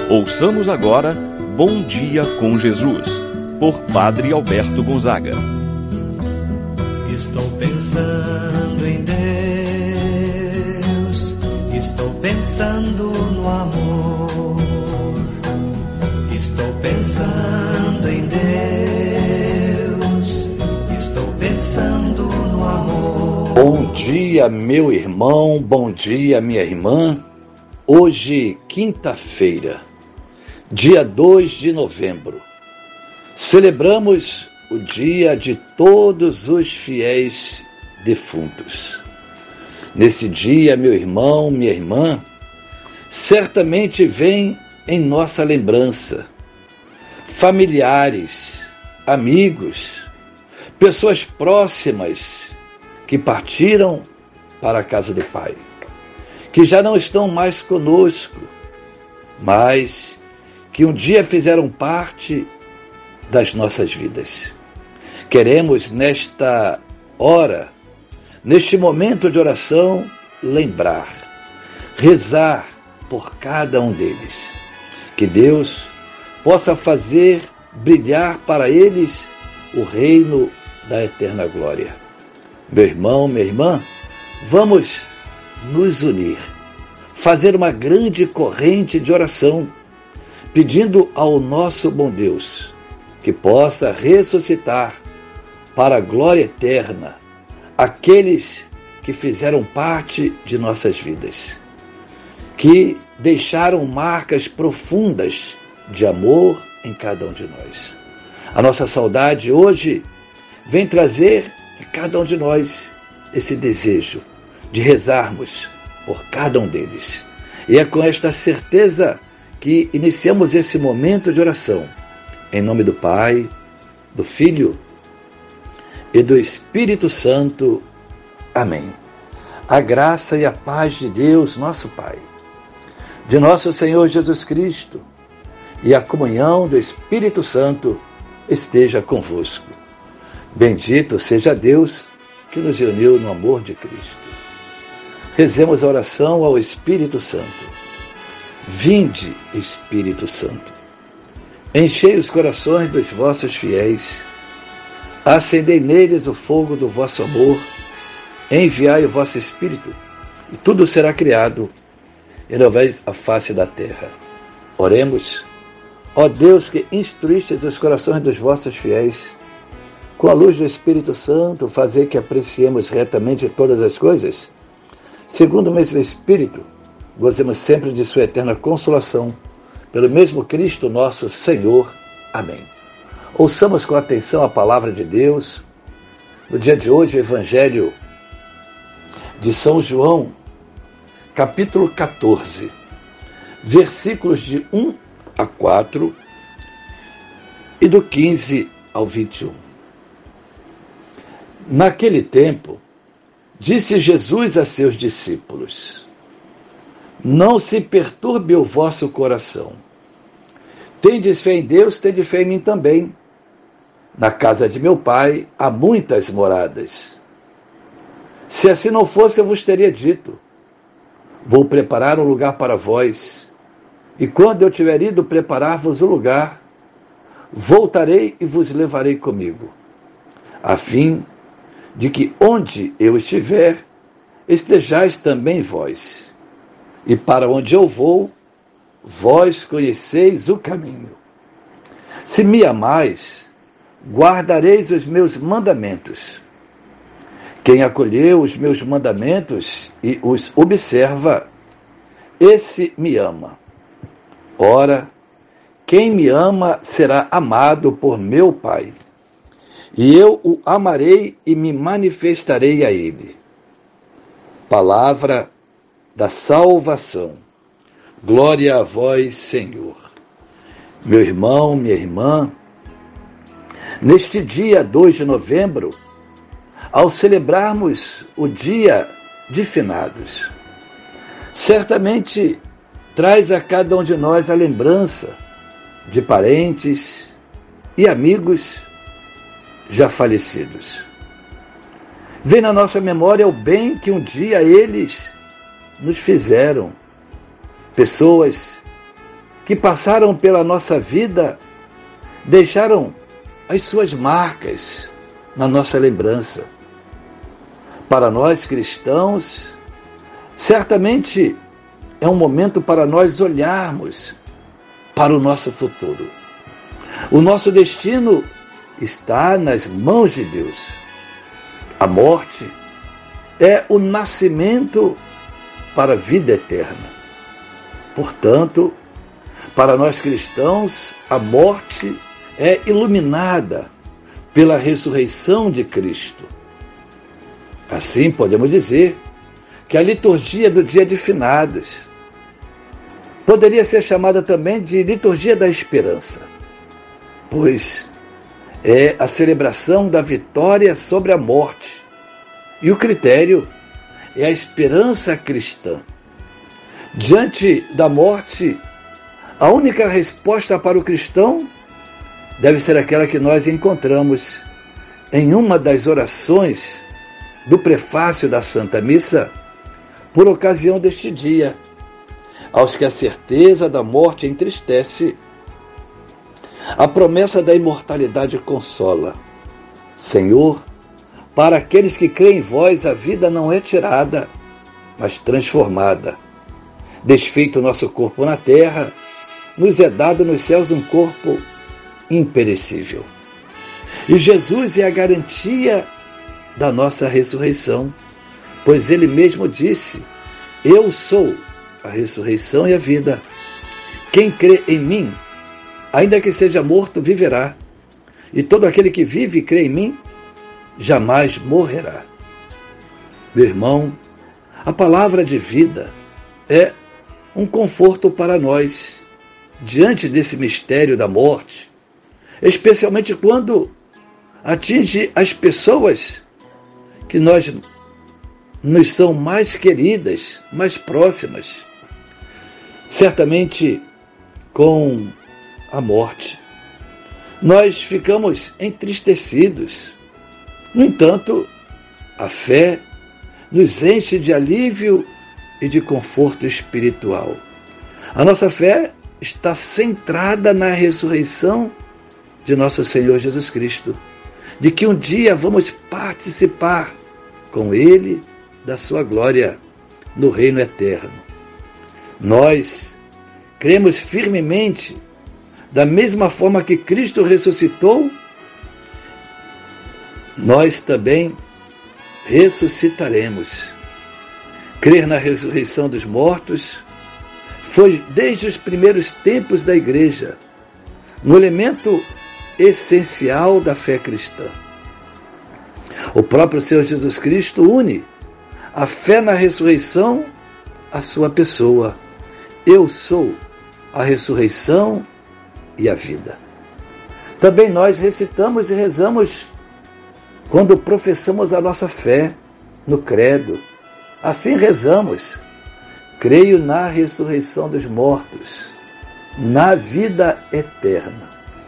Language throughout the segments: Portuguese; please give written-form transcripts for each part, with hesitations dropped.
Ouçamos agora Bom Dia com Jesus, por Padre Alberto Gonzaga. Estou pensando em Deus, estou pensando no amor, estou pensando em Deus, estou pensando no amor. Bom dia, meu irmão, bom dia, minha irmã. Hoje, quinta-feira, dia 2 de novembro, celebramos o dia de todos os fiéis defuntos. Nesse dia, meu irmão, minha irmã, certamente vem em nossa lembrança familiares, amigos, pessoas próximas que partiram para a casa do Pai, que já não estão mais conosco, mas que um dia fizeram parte das nossas vidas. Queremos, nesta hora, neste momento de oração, lembrar, rezar por cada um deles. Que Deus possa fazer brilhar para eles o reino da eterna glória. Meu irmão, minha irmã, vamos nos unir, fazer uma grande corrente de oração, pedindo ao nosso bom Deus que possa ressuscitar para a glória eterna aqueles que fizeram parte de nossas vidas, que deixaram marcas profundas de amor em cada um de nós. A nossa saudade hoje vem trazer em cada um de nós esse desejo de rezarmos por cada um deles. E é com esta certeza que iniciamos esse momento de oração. Em nome do Pai, do Filho e do Espírito Santo. Amém. A graça e a paz de Deus, nosso Pai, de nosso Senhor Jesus Cristo e a comunhão do Espírito Santo esteja convosco. Bendito seja Deus que nos uniu no amor de Cristo. Rezemos a oração ao Espírito Santo. Vinde, Espírito Santo, enchei os corações dos vossos fiéis, acendei neles o fogo do vosso amor, enviai o vosso Espírito, e tudo será criado, e renoveis a face da terra. Oremos. Ó Deus, que instruístes os corações dos vossos fiéis, com a luz do Espírito Santo, fazei que apreciemos retamente todas as coisas, segundo o mesmo Espírito, gozemos sempre de sua eterna consolação, pelo mesmo Cristo nosso Senhor. Amém. Ouçamos com atenção a palavra de Deus. No dia de hoje, o Evangelho de São João, capítulo 14, versículos de 1 a 4 e do 15 ao 21. Naquele tempo, disse Jesus a seus discípulos: não se perturbe o vosso coração. Tendes fé em Deus, tendes fé em mim também. Na casa de meu Pai há muitas moradas. Se assim não fosse, eu vos teria dito: vou preparar um lugar para vós, e quando eu tiver ido preparar-vos o lugar, voltarei e vos levarei comigo, a fim de que onde eu estiver, estejais também vós. E para onde eu vou, vós conheceis o caminho. Se me amais, guardareis os meus mandamentos. Quem acolheu os meus mandamentos e os observa, esse me ama. Ora, quem me ama será amado por meu Pai, e eu o amarei e me manifestarei a ele. Palavra da salvação. Glória a vós, Senhor. Meu irmão, minha irmã, neste dia 2 de novembro, ao celebrarmos o dia de finados, certamente traz a cada um de nós a lembrança de parentes e amigos já falecidos. Vem na nossa memória o bem que um dia eles nos fizeram. Pessoas que passaram pela nossa vida deixaram as suas marcas na nossa lembrança. Para nós cristãos, certamente é um momento para nós olharmos para o nosso futuro. O nosso destino está nas mãos de Deus. A morte é o nascimento para a vida eterna. Portanto, para nós cristãos, a morte é iluminada pela ressurreição de Cristo. Assim, podemos dizer que a liturgia do Dia de Finados poderia ser chamada também de liturgia da esperança, pois é a celebração da vitória sobre a morte e o critério é a esperança cristã. Diante da morte, a única resposta para o cristão deve ser aquela que nós encontramos em uma das orações do prefácio da Santa Missa, por ocasião deste dia. Aos que a certeza da morte entristece, a promessa da imortalidade consola. Senhor, para aqueles que creem em vós, a vida não é tirada, mas transformada. Desfeito o nosso corpo na terra, nos é dado nos céus um corpo imperecível. E Jesus é a garantia da nossa ressurreição, pois ele mesmo disse: eu sou a ressurreição e a vida. Quem crê em mim, ainda que seja morto, viverá. E todo aquele que vive e crê em mim, jamais morrerá. Meu irmão, a palavra de vida é um conforto para nós diante desse mistério da morte, especialmente quando atinge as pessoas que nos são mais queridas, mais próximas. Certamente, com a morte, nós ficamos entristecidos. No entanto, a fé nos enche de alívio e de conforto espiritual. A nossa fé está centrada na ressurreição de nosso Senhor Jesus Cristo, de que um dia vamos participar com Ele da sua glória no reino eterno. Nós cremos firmemente, da mesma forma que Cristo ressuscitou, nós também ressuscitaremos. Crer na ressurreição dos mortos foi, desde os primeiros tempos da Igreja, um elemento essencial da fé cristã. O próprio Senhor Jesus Cristo une a fé na ressurreição à sua pessoa. Eu sou a ressurreição e a vida. Também nós recitamos e rezamos quando professamos a nossa fé no credo. Assim rezamos: creio na ressurreição dos mortos, na vida eterna.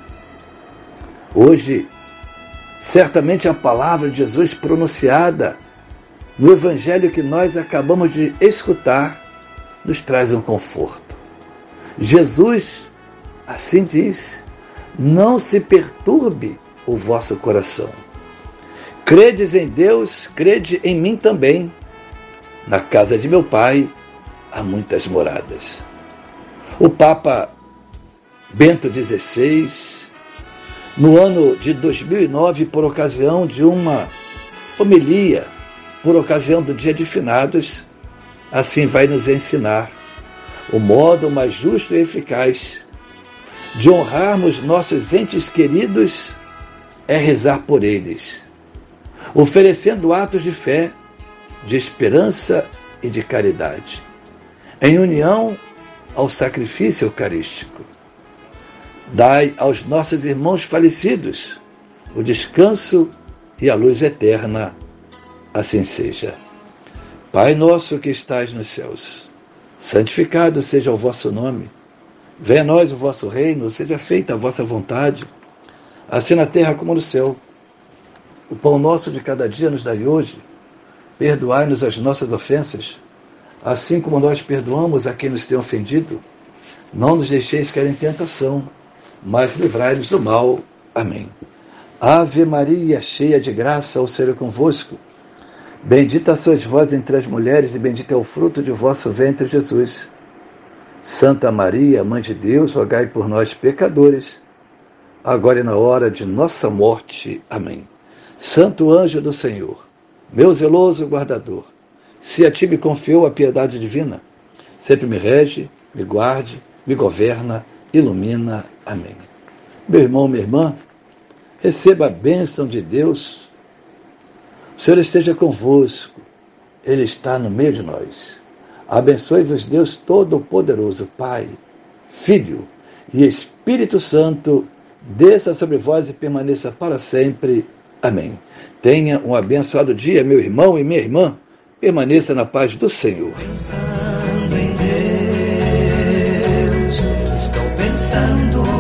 Hoje, certamente a palavra de Jesus pronunciada no Evangelho que nós acabamos de escutar nos traz um conforto. Jesus assim diz: não se perturbe o vosso coração. Credes em Deus, crede em mim também. Na casa de meu Pai há muitas moradas. O Papa Bento XVI, no ano de 2009, por ocasião de uma homilia, por ocasião do Dia de Finados, assim vai nos ensinar o modo mais justo e eficaz de honrarmos nossos entes queridos é rezar por eles, oferecendo atos de fé, de esperança e de caridade, em união ao sacrifício eucarístico. Dai aos nossos irmãos falecidos o descanso e a luz eterna. Assim seja. Pai nosso que estais nos céus, santificado seja o vosso nome. Venha a nós o vosso reino, seja feita a vossa vontade, assim na terra como no céu. O pão nosso de cada dia nos dai hoje. Perdoai-nos as nossas ofensas, assim como nós perdoamos a quem nos tem ofendido. Não nos deixeis cair em tentação, mas livrai-nos do mal. Amém. Ave Maria, cheia de graça, o Senhor é convosco. Bendita sois vós entre as mulheres, e bendito é o fruto de vosso ventre, Jesus. Santa Maria, Mãe de Deus, rogai por nós, pecadores, agora e na hora de nossa morte. Amém. Santo anjo do Senhor, meu zeloso guardador, se a ti me confiou a piedade divina, sempre me rege, me guarde, me governa, ilumina. Amém. Meu irmão, minha irmã, receba a bênção de Deus. O Senhor esteja convosco, Ele está no meio de nós. Abençoe-vos Deus Todo-Poderoso, Pai, Filho e Espírito Santo, desça sobre vós e permaneça para sempre. Amém. Tenha um abençoado dia, meu irmão e minha irmã. Permaneça na paz do Senhor. Pensando em Deus, estou pensando